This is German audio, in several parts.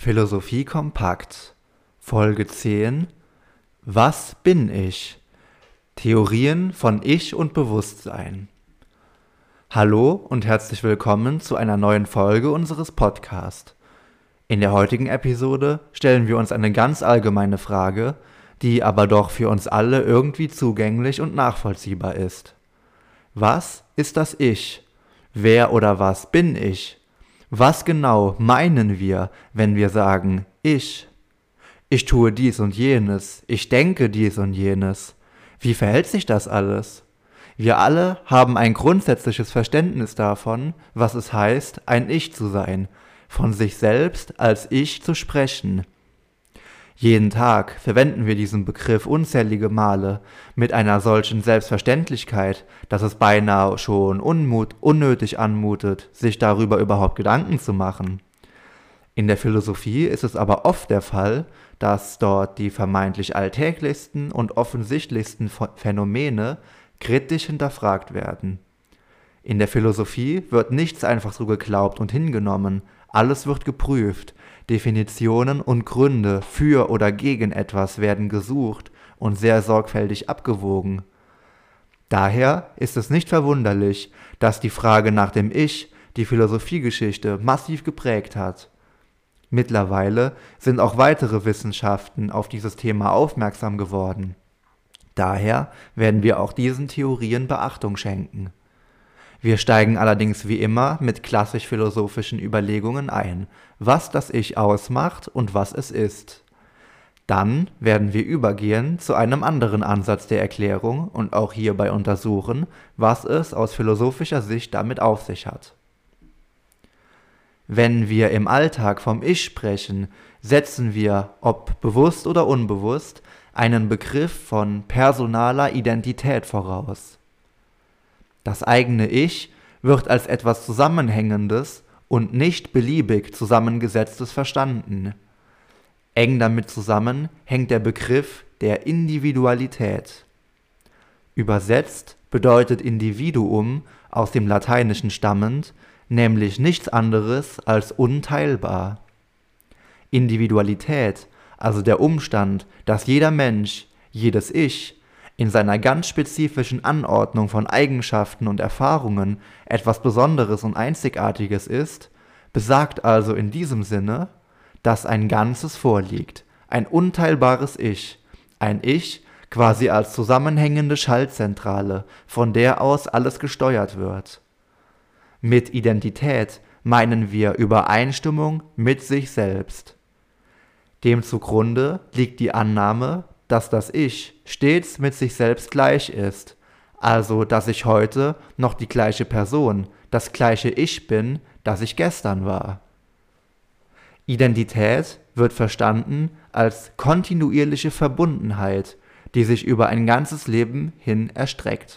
Philosophie kompakt. Folge 10. Was bin ich? Theorien von Ich und Bewusstsein. Hallo und herzlich willkommen zu einer neuen Folge unseres Podcasts. In der heutigen Episode stellen wir uns eine ganz allgemeine Frage, die aber doch für uns alle irgendwie zugänglich und nachvollziehbar ist. Was ist das Ich? Wer oder was bin ich? Was genau meinen wir, wenn wir sagen Ich? Ich tue dies und jenes, ich denke dies und jenes. Wie verhält sich das alles? Wir alle haben ein grundsätzliches Verständnis davon, was es heißt, ein Ich zu sein, von sich selbst als Ich zu sprechen. Jeden Tag verwenden wir diesen Begriff unzählige Male mit einer solchen Selbstverständlichkeit, dass es beinahe schon unnötig anmutet, sich darüber überhaupt Gedanken zu machen. In der Philosophie ist es aber oft der Fall, dass dort die vermeintlich alltäglichsten und offensichtlichsten Phänomene kritisch hinterfragt werden. In der Philosophie wird nichts einfach so geglaubt und hingenommen, alles wird geprüft, Definitionen und Gründe für oder gegen etwas werden gesucht und sehr sorgfältig abgewogen. Daher ist es nicht verwunderlich, dass die Frage nach dem Ich die Philosophiegeschichte massiv geprägt hat. Mittlerweile sind auch weitere Wissenschaften auf dieses Thema aufmerksam geworden. Daher werden wir auch diesen Theorien Beachtung schenken. Wir steigen allerdings wie immer mit klassisch-philosophischen Überlegungen ein, was das Ich ausmacht und was es ist. Dann werden wir übergehen zu einem anderen Ansatz der Erklärung und auch hierbei untersuchen, was es aus philosophischer Sicht damit auf sich hat. Wenn wir im Alltag vom Ich sprechen, setzen wir, ob bewusst oder unbewusst, einen Begriff von personaler Identität voraus. Das eigene Ich wird als etwas Zusammenhängendes und nicht beliebig Zusammengesetztes verstanden. Eng damit zusammen hängt der Begriff der Individualität. Übersetzt bedeutet Individuum aus dem Lateinischen stammend, nämlich nichts anderes als unteilbar. Individualität, also der Umstand, dass jeder Mensch, jedes Ich, in seiner ganz spezifischen Anordnung von Eigenschaften und Erfahrungen etwas Besonderes und Einzigartiges ist, besagt also in diesem Sinne, dass ein Ganzes vorliegt, ein unteilbares Ich, ein Ich quasi als zusammenhängende Schaltzentrale, von der aus alles gesteuert wird. Mit Identität meinen wir Übereinstimmung mit sich selbst. Dem zugrunde liegt die Annahme, dass das Ich stets mit sich selbst gleich ist, also dass ich heute noch die gleiche Person, das gleiche Ich bin, das ich gestern war. Identität wird verstanden als kontinuierliche Verbundenheit, die sich über ein ganzes Leben hin erstreckt.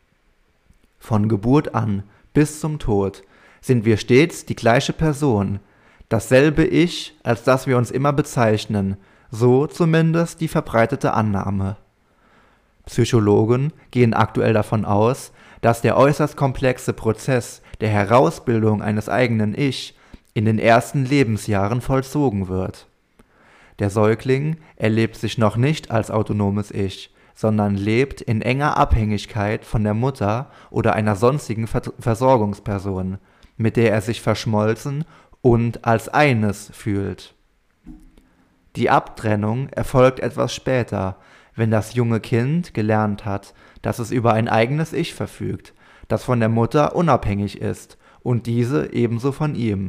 Von Geburt an bis zum Tod sind wir stets die gleiche Person, dasselbe Ich, als das wir uns immer bezeichnen, so zumindest die verbreitete Annahme. Psychologen gehen aktuell davon aus, dass der äußerst komplexe Prozess der Herausbildung eines eigenen Ich in den ersten Lebensjahren vollzogen wird. Der Säugling erlebt sich noch nicht als autonomes Ich, sondern lebt in enger Abhängigkeit von der Mutter oder einer sonstigen Versorgungsperson, mit der er sich verschmolzen und als eines fühlt. Die Abtrennung erfolgt etwas später, wenn das junge Kind gelernt hat, dass es über ein eigenes Ich verfügt, das von der Mutter unabhängig ist und diese ebenso von ihm.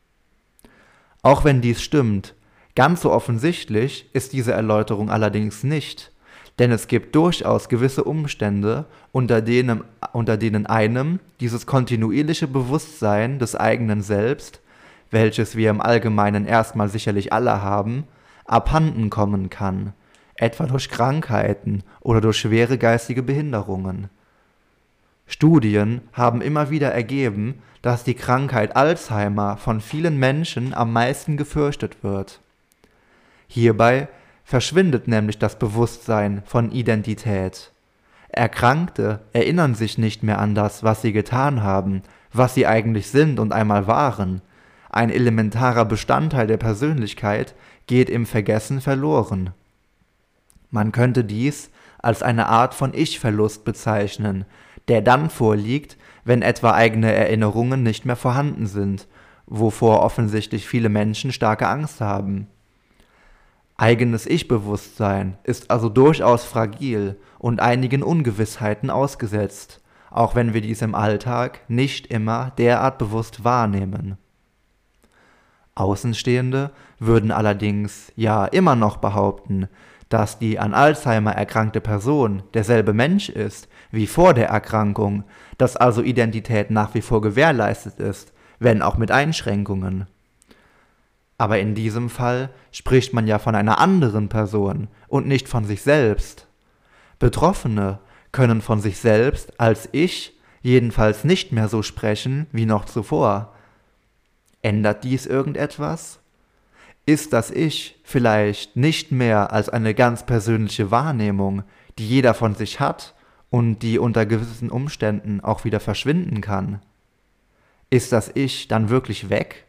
Auch wenn dies stimmt, ganz so offensichtlich ist diese Erläuterung allerdings nicht, denn es gibt durchaus gewisse Umstände, unter denen einem dieses kontinuierliche Bewusstsein des eigenen Selbst, welches wir im Allgemeinen erstmal sicherlich alle haben, abhanden kommen kann, etwa durch Krankheiten oder durch schwere geistige Behinderungen. Studien haben immer wieder ergeben, dass die Krankheit Alzheimer von vielen Menschen am meisten gefürchtet wird. Hierbei verschwindet nämlich das Bewusstsein von Identität. Erkrankte erinnern sich nicht mehr an das, was sie getan haben, was sie eigentlich sind und einmal waren, ein elementarer Bestandteil der Persönlichkeit, geht im Vergessen verloren. Man könnte dies als eine Art von Ich-Verlust bezeichnen, der dann vorliegt, wenn etwa eigene Erinnerungen nicht mehr vorhanden sind, wovor offensichtlich viele Menschen starke Angst haben. Eigenes Ich-Bewusstsein ist also durchaus fragil und einigen Ungewissheiten ausgesetzt, auch wenn wir dies im Alltag nicht immer derart bewusst wahrnehmen. Außenstehende würden allerdings ja immer noch behaupten, dass die an Alzheimer erkrankte Person derselbe Mensch ist wie vor der Erkrankung, dass also Identität nach wie vor gewährleistet ist, wenn auch mit Einschränkungen. Aber in diesem Fall spricht man ja von einer anderen Person und nicht von sich selbst. Betroffene können von sich selbst als Ich jedenfalls nicht mehr so sprechen wie noch zuvor. Ändert dies irgendetwas? Ist das Ich vielleicht nicht mehr als eine ganz persönliche Wahrnehmung, die jeder von sich hat und die unter gewissen Umständen auch wieder verschwinden kann? Ist das Ich dann wirklich weg?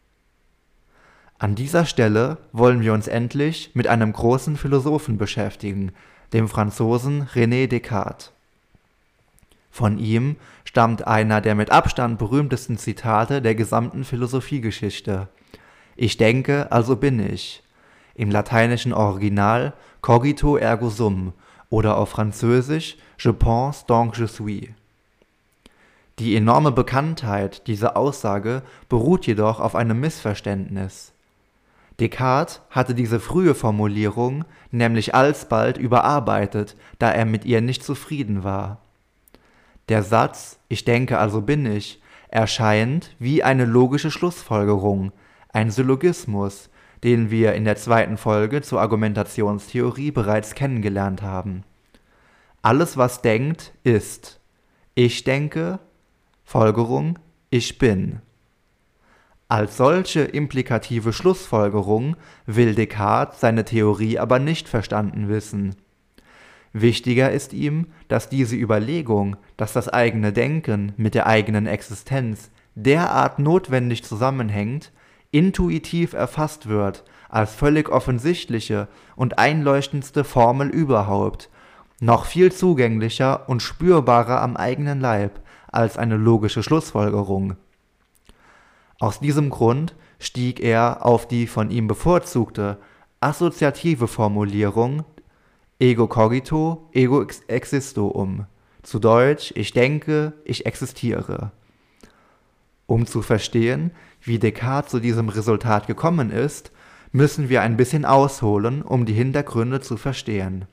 An dieser Stelle wollen wir uns endlich mit einem großen Philosophen beschäftigen, dem Franzosen René Descartes. Von ihm stammt einer der mit Abstand berühmtesten Zitate der gesamten Philosophiegeschichte. Ich denke, also bin ich. Im lateinischen Original cogito ergo sum oder auf Französisch je pense donc je suis. Die enorme Bekanntheit dieser Aussage beruht jedoch auf einem Missverständnis. Descartes hatte diese frühe Formulierung nämlich alsbald überarbeitet, da er mit ihr nicht zufrieden war. Der Satz Ich denke, also bin ich erscheint wie eine logische Schlussfolgerung, ein Syllogismus, den wir in der zweiten Folge zur Argumentationstheorie bereits kennengelernt haben. Alles, was denkt, ist. Ich denke, Folgerung, ich bin. Als solche implikative Schlussfolgerung will Descartes seine Theorie aber nicht verstanden wissen. Wichtiger ist ihm, dass diese Überlegung, dass das eigene Denken mit der eigenen Existenz derart notwendig zusammenhängt, intuitiv erfasst wird als völlig offensichtliche und einleuchtendste Formel überhaupt, noch viel zugänglicher und spürbarer am eigenen Leib als eine logische Schlussfolgerung. Aus diesem Grund stieg er auf die von ihm bevorzugte assoziative Formulierung ego cogito, ego existo um. Zu Deutsch, ich denke, ich existiere. Um zu verstehen, wie Descartes zu diesem Resultat gekommen ist, müssen wir ein bisschen ausholen, um die Hintergründe zu verstehen.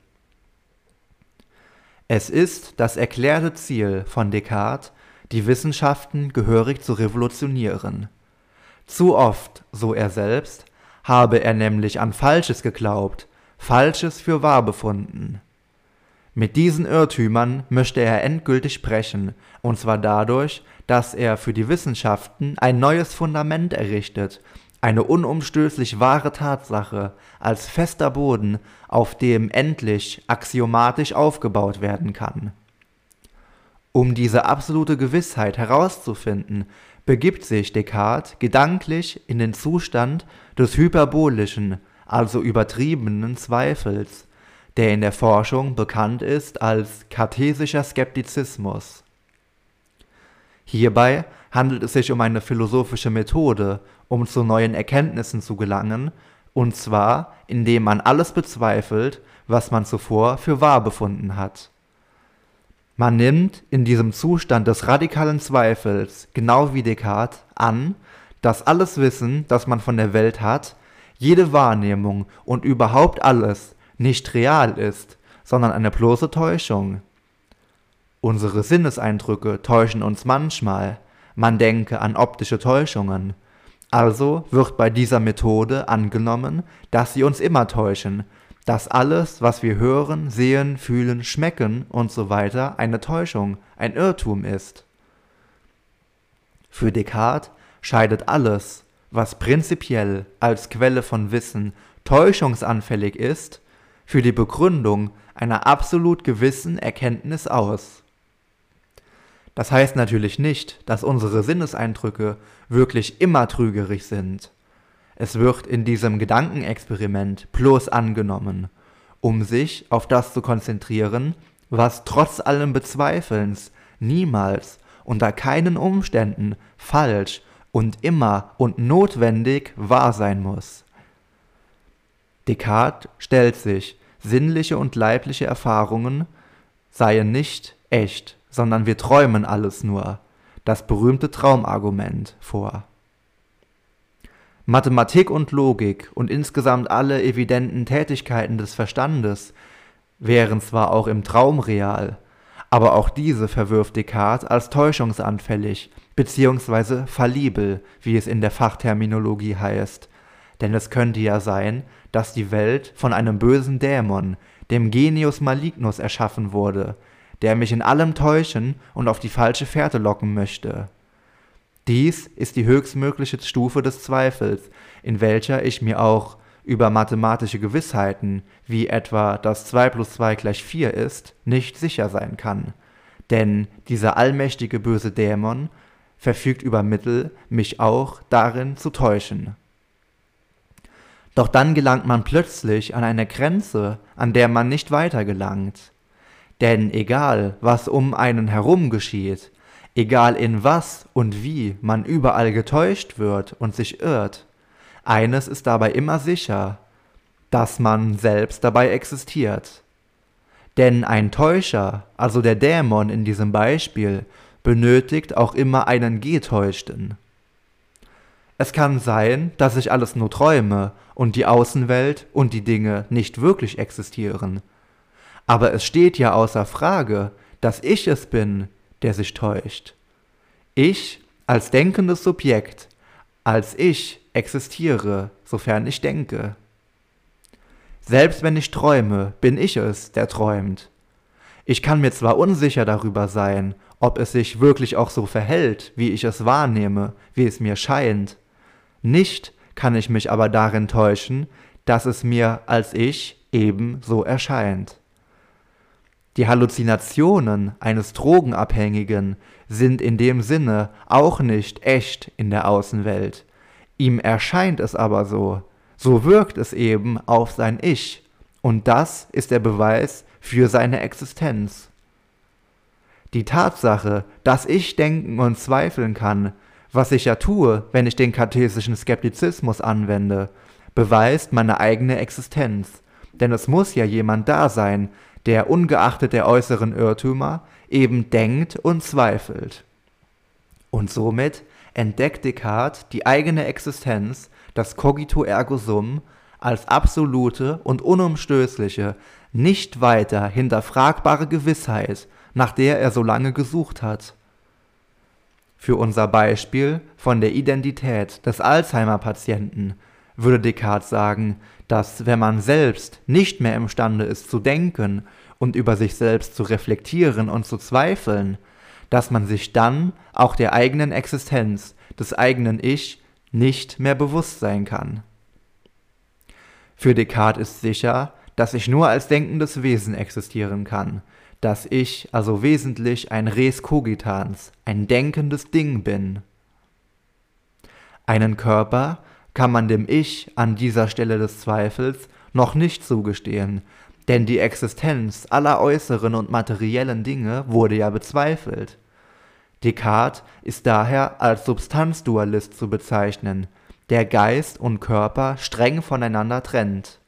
Es ist das erklärte Ziel von Descartes, die Wissenschaften gehörig zu revolutionieren. Zu oft, so er selbst, habe er nämlich an Falsches geglaubt, Falsches für wahr befunden. Mit diesen Irrtümern möchte er endgültig brechen, und zwar dadurch, dass er für die Wissenschaften ein neues Fundament errichtet, eine unumstößlich wahre Tatsache als fester Boden, auf dem endlich axiomatisch aufgebaut werden kann. Um diese absolute Gewissheit herauszufinden, begibt sich Descartes gedanklich in den Zustand des hyperbolischen, also übertriebenen Zweifels, der in der Forschung bekannt ist als kartesischer Skeptizismus. Hierbei handelt es sich um eine philosophische Methode, um zu neuen Erkenntnissen zu gelangen, und zwar indem man alles bezweifelt, was man zuvor für wahr befunden hat. Man nimmt in diesem Zustand des radikalen Zweifels, genau wie Descartes, an, dass alles Wissen, das man von der Welt hat, jede Wahrnehmung und überhaupt alles nicht real ist, sondern eine bloße Täuschung. Unsere Sinneseindrücke täuschen uns manchmal, man denke an optische Täuschungen. Also wird bei dieser Methode angenommen, dass sie uns immer täuschen, dass alles, was wir hören, sehen, fühlen, schmecken usw. Eine Täuschung, ein Irrtum ist. Für Descartes scheidet alles, was prinzipiell als Quelle von Wissen täuschungsanfällig ist, für die Begründung einer absolut gewissen Erkenntnis aus. Das heißt natürlich nicht, dass unsere Sinneseindrücke wirklich immer trügerisch sind. Es wird in diesem Gedankenexperiment bloß angenommen, um sich auf das zu konzentrieren, was trotz allem Bezweifelns niemals unter keinen Umständen falsch und immer und notwendig wahr sein muss. Descartes stellt sich, sinnliche und leibliche Erfahrungen seien nicht echt, sondern wir träumen alles nur, das berühmte Traumargument, vor. Mathematik und Logik und insgesamt alle evidenten Tätigkeiten des Verstandes wären zwar auch im Traum real, aber auch diese verwirft Descartes als täuschungsanfällig bzw. fallibel, wie es in der Fachterminologie heißt, denn es könnte ja sein, dass die Welt von einem bösen Dämon, dem Genius Malignus, erschaffen wurde, der mich in allem täuschen und auf die falsche Fährte locken möchte. Dies ist die höchstmögliche Stufe des Zweifels, in welcher ich mir auch über mathematische Gewissheiten, wie etwa, dass 2 plus 2 gleich 4 ist, nicht sicher sein kann. Denn dieser allmächtige böse Dämon verfügt über Mittel, mich auch darin zu täuschen. Doch dann gelangt man plötzlich an eine Grenze, an der man nicht weiter gelangt. Denn egal, was um einen herum geschieht, egal in was und wie man überall getäuscht wird und sich irrt, eines ist dabei immer sicher, dass man selbst dabei existiert. Denn ein Täuscher, also der Dämon in diesem Beispiel, benötigt auch immer einen Getäuschten. Es kann sein, dass ich alles nur träume und die Außenwelt und die Dinge nicht wirklich existieren. Aber es steht ja außer Frage, dass ich es bin, der sich täuscht. Ich als denkendes Subjekt, als ich existiere, sofern ich denke. Selbst wenn ich träume, bin ich es, der träumt. Ich kann mir zwar unsicher darüber sein, ob es sich wirklich auch so verhält, wie ich es wahrnehme, wie es mir scheint. Nicht kann ich mich aber darin täuschen, dass es mir als ich eben so erscheint. Die Halluzinationen eines Drogenabhängigen sind in dem Sinne auch nicht echt in der Außenwelt. Ihm erscheint es aber so. So wirkt es eben auf sein Ich. Und das ist der Beweis für seine Existenz. Die Tatsache, dass ich denken und zweifeln kann, was ich ja tue, wenn ich den kartesischen Skeptizismus anwende, beweist meine eigene Existenz. Denn es muss ja jemand da sein, der ungeachtet der äußeren Irrtümer eben denkt und zweifelt. Und somit entdeckt Descartes die eigene Existenz, das Cogito ergo sum, als absolute und unumstößliche, nicht weiter hinterfragbare Gewissheit, nach der er so lange gesucht hat. Für unser Beispiel von der Identität des Alzheimer-Patienten würde Descartes sagen, dass wenn man selbst nicht mehr imstande ist zu denken und über sich selbst zu reflektieren und zu zweifeln, dass man sich dann auch der eigenen Existenz, des eigenen Ich, nicht mehr bewusst sein kann. Für Descartes ist sicher, dass ich nur als denkendes Wesen existieren kann, dass ich also wesentlich ein res cogitans, ein denkendes Ding bin. Einen Körper kann man dem Ich an dieser Stelle des Zweifels noch nicht zugestehen, denn die Existenz aller äußeren und materiellen Dinge wurde ja bezweifelt. Descartes ist daher als Substanzdualist zu bezeichnen, der Geist und Körper streng voneinander trennt.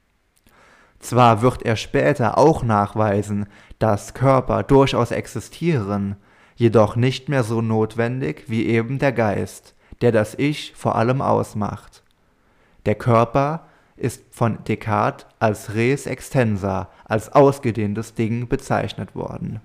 Zwar wird er später auch nachweisen, dass Körper durchaus existieren, jedoch nicht mehr so notwendig wie eben der Geist, der das Ich vor allem ausmacht. Der Körper ist von Descartes als res extensa, als ausgedehntes Ding bezeichnet worden.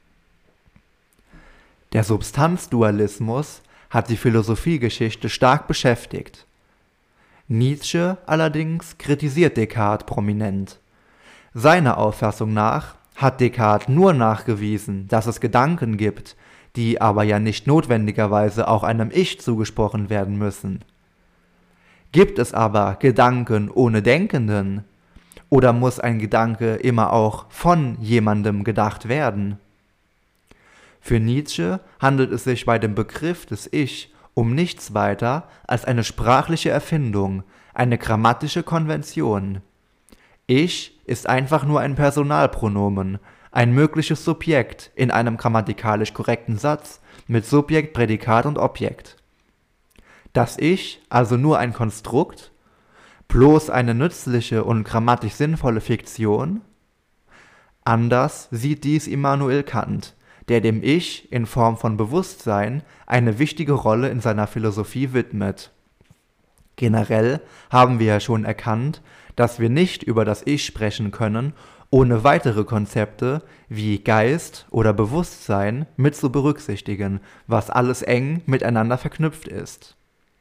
Der Substanzdualismus hat die Philosophiegeschichte stark beschäftigt. Nietzsche allerdings kritisiert Descartes prominent. Seiner Auffassung nach hat Descartes nur nachgewiesen, dass es Gedanken gibt, die aber ja nicht notwendigerweise auch einem Ich zugesprochen werden müssen. Gibt es aber Gedanken ohne Denkenden? Oder muss ein Gedanke immer auch von jemandem gedacht werden? Für Nietzsche handelt es sich bei dem Begriff des Ich um nichts weiter als eine sprachliche Erfindung, eine grammatische Konvention. Ich ist einfach nur ein Personalpronomen, ein mögliches Subjekt in einem grammatikalisch korrekten Satz mit Subjekt, Prädikat und Objekt. Das Ich, also nur ein Konstrukt, bloß eine nützliche und grammatisch sinnvolle Fiktion? Anders sieht dies Immanuel Kant, der dem Ich in Form von Bewusstsein eine wichtige Rolle in seiner Philosophie widmet. Generell haben wir ja schon erkannt, dass wir nicht über das Ich sprechen können, ohne weitere Konzepte wie Geist oder Bewusstsein mit zu berücksichtigen, was alles eng miteinander verknüpft ist.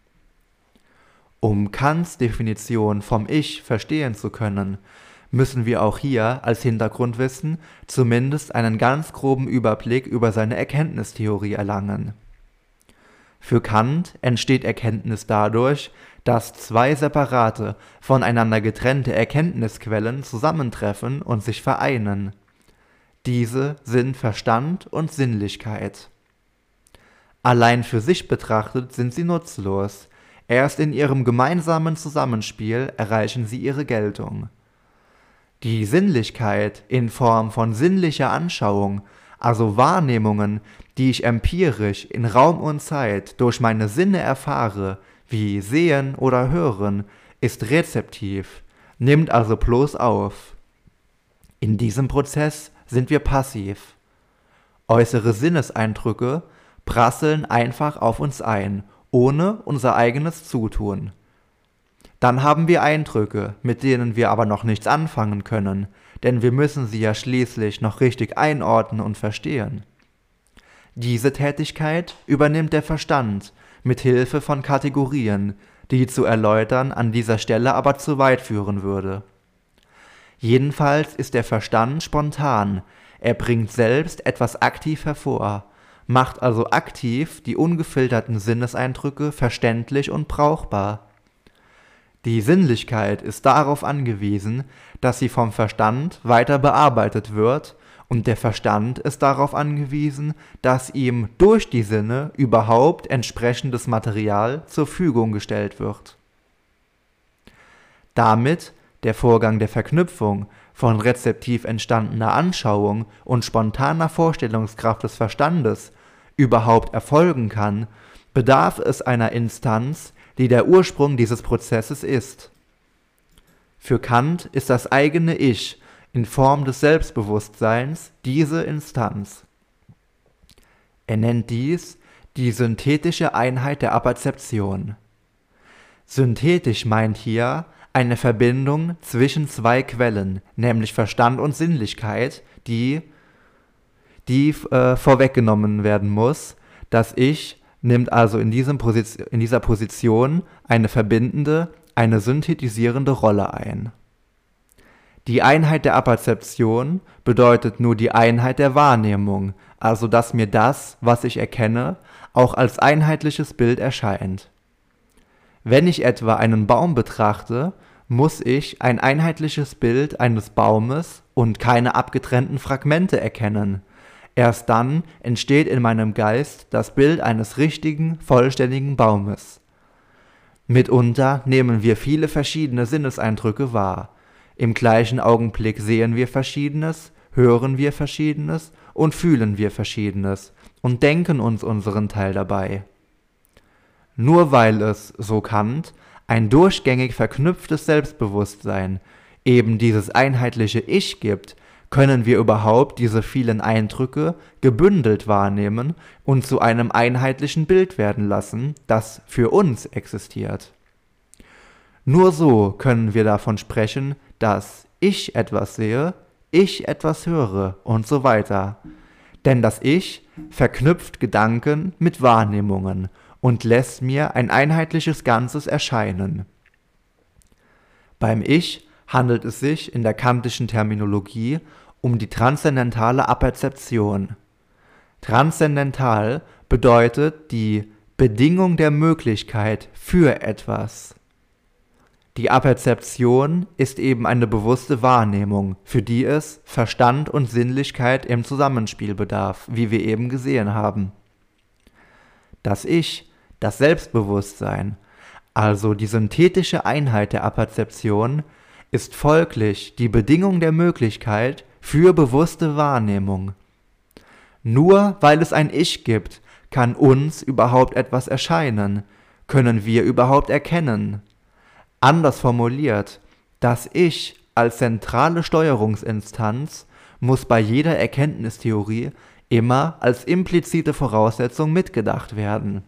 Um Kants Definition vom Ich verstehen zu können, müssen wir auch hier als Hintergrundwissen zumindest einen ganz groben Überblick über seine Erkenntnistheorie erlangen. Für Kant entsteht Erkenntnis dadurch, dass zwei separate, voneinander getrennte Erkenntnisquellen zusammentreffen und sich vereinen. Diese sind Verstand und Sinnlichkeit. Allein für sich betrachtet sind sie nutzlos. Erst in ihrem gemeinsamen Zusammenspiel erreichen sie ihre Geltung. Die Sinnlichkeit in Form von sinnlicher Anschauung, also Wahrnehmungen, die ich empirisch in Raum und Zeit durch meine Sinne erfahre, wie Sehen oder Hören, ist rezeptiv, nimmt also bloß auf. In diesem Prozess sind wir passiv. Äußere Sinneseindrücke prasseln einfach auf uns ein, ohne unser eigenes Zutun. Dann haben wir Eindrücke, mit denen wir aber noch nichts anfangen können, denn wir müssen sie ja schließlich noch richtig einordnen und verstehen. Diese Tätigkeit übernimmt der Verstand mit Hilfe von Kategorien, die zu erläutern an dieser Stelle aber zu weit führen würde. Jedenfalls ist der Verstand spontan, er bringt selbst etwas aktiv hervor, macht also aktiv die ungefilterten Sinneseindrücke verständlich und brauchbar. Die Sinnlichkeit ist darauf angewiesen, dass sie vom Verstand weiter bearbeitet wird, und der Verstand ist darauf angewiesen, dass ihm durch die Sinne überhaupt entsprechendes Material zur Verfügung gestellt wird. Damit der Vorgang der Verknüpfung von rezeptiv entstandener Anschauung und spontaner Vorstellungskraft des Verstandes überhaupt erfolgen kann, bedarf es einer Instanz, die der Ursprung dieses Prozesses ist. Für Kant ist das eigene Ich in Form des Selbstbewusstseins diese Instanz. Er nennt dies die synthetische Einheit der Apperzeption. Synthetisch meint hier eine Verbindung zwischen zwei Quellen, nämlich Verstand und Sinnlichkeit, die vorweggenommen werden muss. Das Ich nimmt also in dieser Position eine verbindende, eine synthetisierende Rolle ein. Die Einheit der Apperzeption bedeutet nur die Einheit der Wahrnehmung, also dass mir das, was ich erkenne, auch als einheitliches Bild erscheint. Wenn ich etwa einen Baum betrachte, muss ich ein einheitliches Bild eines Baumes und keine abgetrennten Fragmente erkennen. Erst dann entsteht in meinem Geist das Bild eines richtigen, vollständigen Baumes. Mitunter nehmen wir viele verschiedene Sinneseindrücke wahr. Im gleichen Augenblick sehen wir Verschiedenes, hören wir Verschiedenes und fühlen wir Verschiedenes und denken uns unseren Teil dabei. Nur weil es, so Kant, ein durchgängig verknüpftes Selbstbewusstsein, eben dieses einheitliche Ich gibt, können wir überhaupt diese vielen Eindrücke gebündelt wahrnehmen und zu einem einheitlichen Bild werden lassen, das für uns existiert. Nur so können wir davon sprechen, dass ich etwas sehe, ich etwas höre und so weiter. Denn das Ich verknüpft Gedanken mit Wahrnehmungen und lässt mir ein einheitliches Ganzes erscheinen. Beim Ich handelt es sich in der kantischen Terminologie um die transzendentale Apperzeption. Transzendental bedeutet die Bedingung der Möglichkeit für etwas. Die Apperzeption ist eben eine bewusste Wahrnehmung, für die es Verstand und Sinnlichkeit im Zusammenspiel bedarf, wie wir eben gesehen haben. Das Ich, das Selbstbewusstsein, also die synthetische Einheit der Apperzeption, ist folglich die Bedingung der Möglichkeit für bewusste Wahrnehmung. Nur weil es ein Ich gibt, kann uns überhaupt etwas erscheinen, können wir überhaupt erkennen. Anders formuliert, das Ich als zentrale Steuerungsinstanz muss bei jeder Erkenntnistheorie immer als implizite Voraussetzung mitgedacht werden.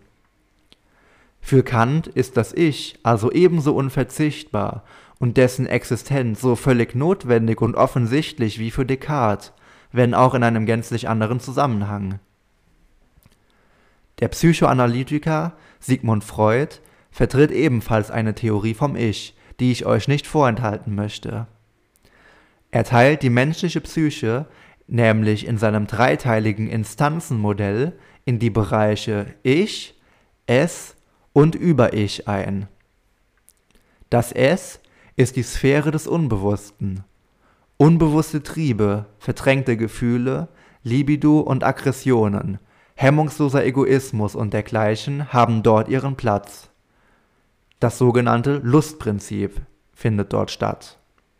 Für Kant ist das Ich also ebenso unverzichtbar und dessen Existenz so völlig notwendig und offensichtlich wie für Descartes, wenn auch in einem gänzlich anderen Zusammenhang. Der Psychoanalytiker Sigmund Freud vertritt ebenfalls eine Theorie vom Ich, die ich euch nicht vorenthalten möchte. Er teilt die menschliche Psyche nämlich in seinem dreiteiligen Instanzenmodell in die Bereiche Ich, Es und Über-Ich ein. Das Es ist die Sphäre des Unbewussten. Unbewusste Triebe, verdrängte Gefühle, Libido und Aggressionen, hemmungsloser Egoismus und dergleichen haben dort ihren Platz. Das sogenannte Lustprinzip findet dort statt.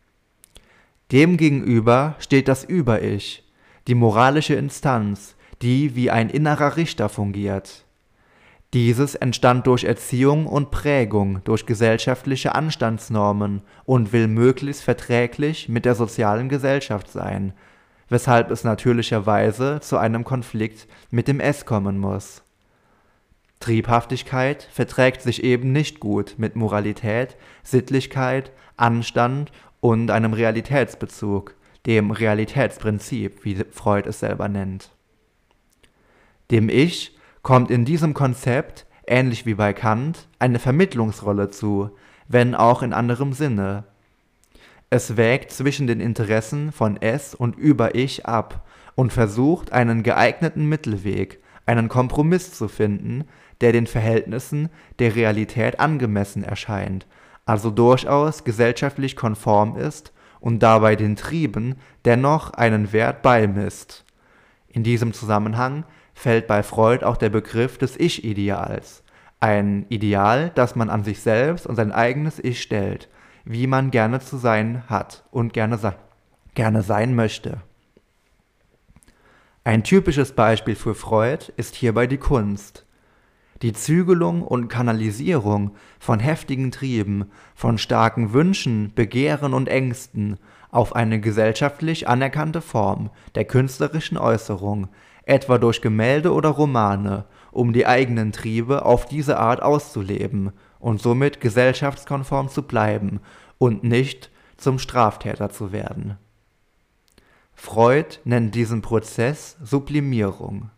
Demgegenüber steht das Über-Ich, die moralische Instanz, die wie ein innerer Richter fungiert. Dieses entstand durch Erziehung und Prägung, durch gesellschaftliche Anstandsnormen und will möglichst verträglich mit der sozialen Gesellschaft sein, weshalb es natürlicherweise zu einem Konflikt mit dem Es kommen muss. Triebhaftigkeit verträgt sich eben nicht gut mit Moralität, Sittlichkeit, Anstand und einem Realitätsbezug, dem Realitätsprinzip, wie Freud es selber nennt. Dem Ich kommt in diesem Konzept, ähnlich wie bei Kant, eine Vermittlungsrolle zu, wenn auch in anderem Sinne. Es wägt zwischen den Interessen von Es und Über-Ich ab und versucht, einen geeigneten Mittelweg, einen Kompromiss zu finden, der den Verhältnissen der Realität angemessen erscheint, also durchaus gesellschaftlich konform ist und dabei den Trieben dennoch einen Wert beimisst. In diesem Zusammenhang fällt bei Freud auch der Begriff des Ich-Ideals, ein Ideal, das man an sich selbst und sein eigenes Ich stellt, wie man gerne zu sein hat und gerne sein möchte. Ein typisches Beispiel für Freud ist hierbei die Kunst. Die Zügelung und Kanalisierung von heftigen Trieben, von starken Wünschen, Begehren und Ängsten auf eine gesellschaftlich anerkannte Form der künstlerischen Äußerung, etwa durch Gemälde oder Romane, um die eigenen Triebe auf diese Art auszuleben und somit gesellschaftskonform zu bleiben und nicht zum Straftäter zu werden. Freud nennt diesen Prozess Sublimierung.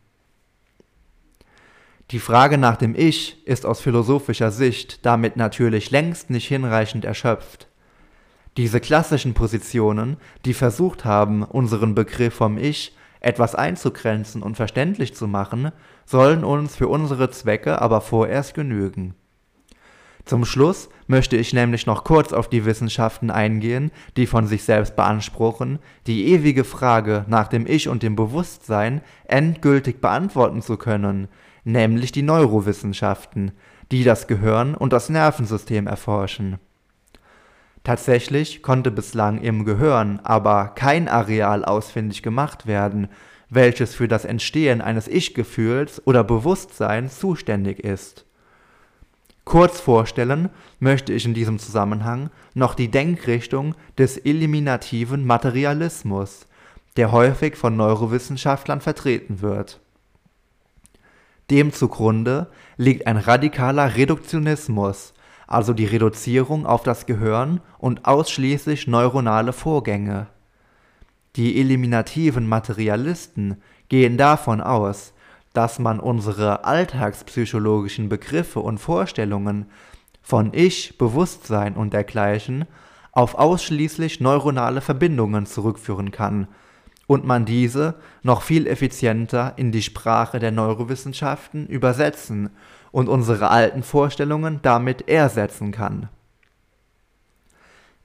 Die Frage nach dem Ich ist aus philosophischer Sicht damit natürlich längst nicht hinreichend erschöpft. Diese klassischen Positionen, die versucht haben, unseren Begriff vom Ich etwas einzugrenzen und verständlich zu machen, sollen uns für unsere Zwecke aber vorerst genügen. Zum Schluss möchte ich nämlich noch kurz auf die Wissenschaften eingehen, die von sich selbst beanspruchen, die ewige Frage nach dem Ich und dem Bewusstsein endgültig beantworten zu können, nämlich die Neurowissenschaften, die das Gehirn und das Nervensystem erforschen. Tatsächlich konnte bislang im Gehirn aber kein Areal ausfindig gemacht werden, welches für das Entstehen eines Ich-Gefühls oder Bewusstseins zuständig ist. Kurz vorstellen möchte ich in diesem Zusammenhang noch die Denkrichtung des eliminativen Materialismus, der häufig von Neurowissenschaftlern vertreten wird. Dem zugrunde liegt ein radikaler Reduktionismus, also die Reduzierung auf das Gehirn und ausschließlich neuronale Vorgänge. Die eliminativen Materialisten gehen davon aus, dass man unsere alltagspsychologischen Begriffe und Vorstellungen von Ich, Bewusstsein und dergleichen auf ausschließlich neuronale Verbindungen zurückführen kann und man diese noch viel effizienter in die Sprache der Neurowissenschaften übersetzen und unsere alten Vorstellungen damit ersetzen kann.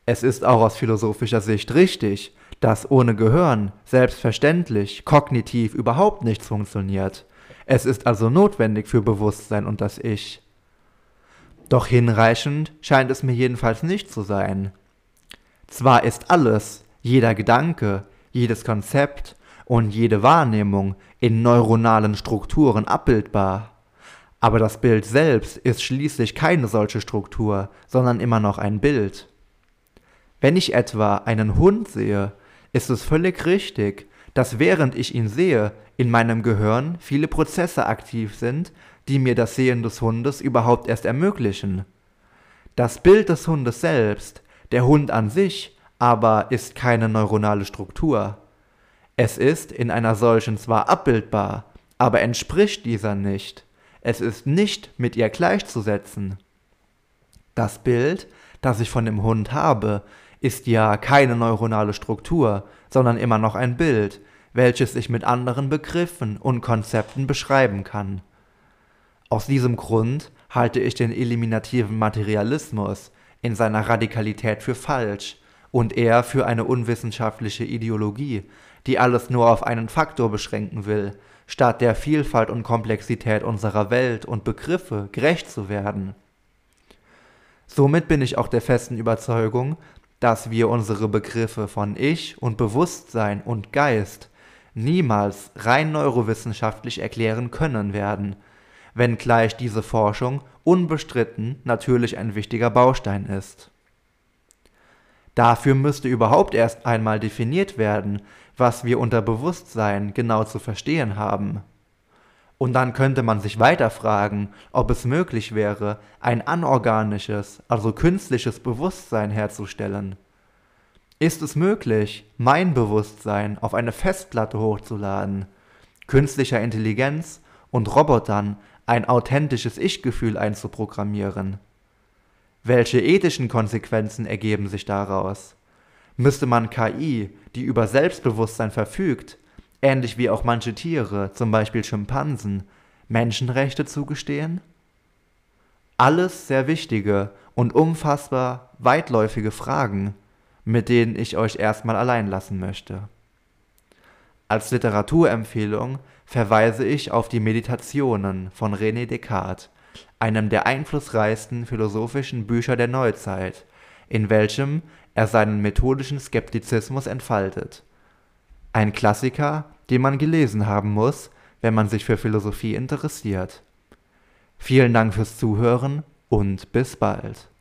Es ist auch aus philosophischer Sicht richtig, dass ohne Gehirn selbstverständlich kognitiv überhaupt nichts funktioniert. Es ist also notwendig für Bewusstsein und das Ich. Doch hinreichend scheint es mir jedenfalls nicht zu sein. Zwar ist alles, jeder Gedanke, jedes Konzept und jede Wahrnehmung in neuronalen Strukturen abbildbar, aber das Bild selbst ist schließlich keine solche Struktur, sondern immer noch ein Bild. Wenn ich etwa einen Hund sehe, ist es völlig richtig, dass während ich ihn sehe, in meinem Gehirn viele Prozesse aktiv sind, die mir das Sehen des Hundes überhaupt erst ermöglichen. Das Bild des Hundes selbst, der Hund an sich, aber ist keine neuronale Struktur. Es ist in einer solchen zwar abbildbar, aber entspricht dieser nicht. Es ist nicht mit ihr gleichzusetzen. Das Bild, das ich von dem Hund habe, ist ja keine neuronale Struktur, sondern immer noch ein Bild, welches ich mit anderen Begriffen und Konzepten beschreiben kann. Aus diesem Grund halte ich den eliminativen Materialismus in seiner Radikalität für falsch und eher für eine unwissenschaftliche Ideologie, die alles nur auf einen Faktor beschränken will, statt der Vielfalt und Komplexität unserer Welt und Begriffe gerecht zu werden. Somit bin ich auch der festen Überzeugung, dass wir unsere Begriffe von Ich und Bewusstsein und Geist niemals rein neurowissenschaftlich erklären können werden, wenngleich diese Forschung unbestritten natürlich ein wichtiger Baustein ist. Dafür müsste überhaupt erst einmal definiert werden, was wir unter Bewusstsein genau zu verstehen haben. Und dann könnte man sich weiter fragen, ob es möglich wäre, ein anorganisches, also künstliches Bewusstsein herzustellen. Ist es möglich, mein Bewusstsein auf eine Festplatte hochzuladen, künstlicher Intelligenz und Robotern ein authentisches Ich-Gefühl einzuprogrammieren? Welche ethischen Konsequenzen ergeben sich daraus? Müsste man KI, die über Selbstbewusstsein verfügt, ähnlich wie auch manche Tiere, zum Beispiel Schimpansen, Menschenrechte zugestehen? Alles sehr wichtige und unfassbar weitläufige Fragen, mit denen ich euch erstmal allein lassen möchte. Als Literaturempfehlung verweise ich auf die Meditationen von René Descartes, einem der einflussreichsten philosophischen Bücher der Neuzeit, in welchem er seinen methodischen Skeptizismus entfaltet. Ein Klassiker, den man gelesen haben muss, wenn man sich für Philosophie interessiert. Vielen Dank fürs Zuhören und bis bald.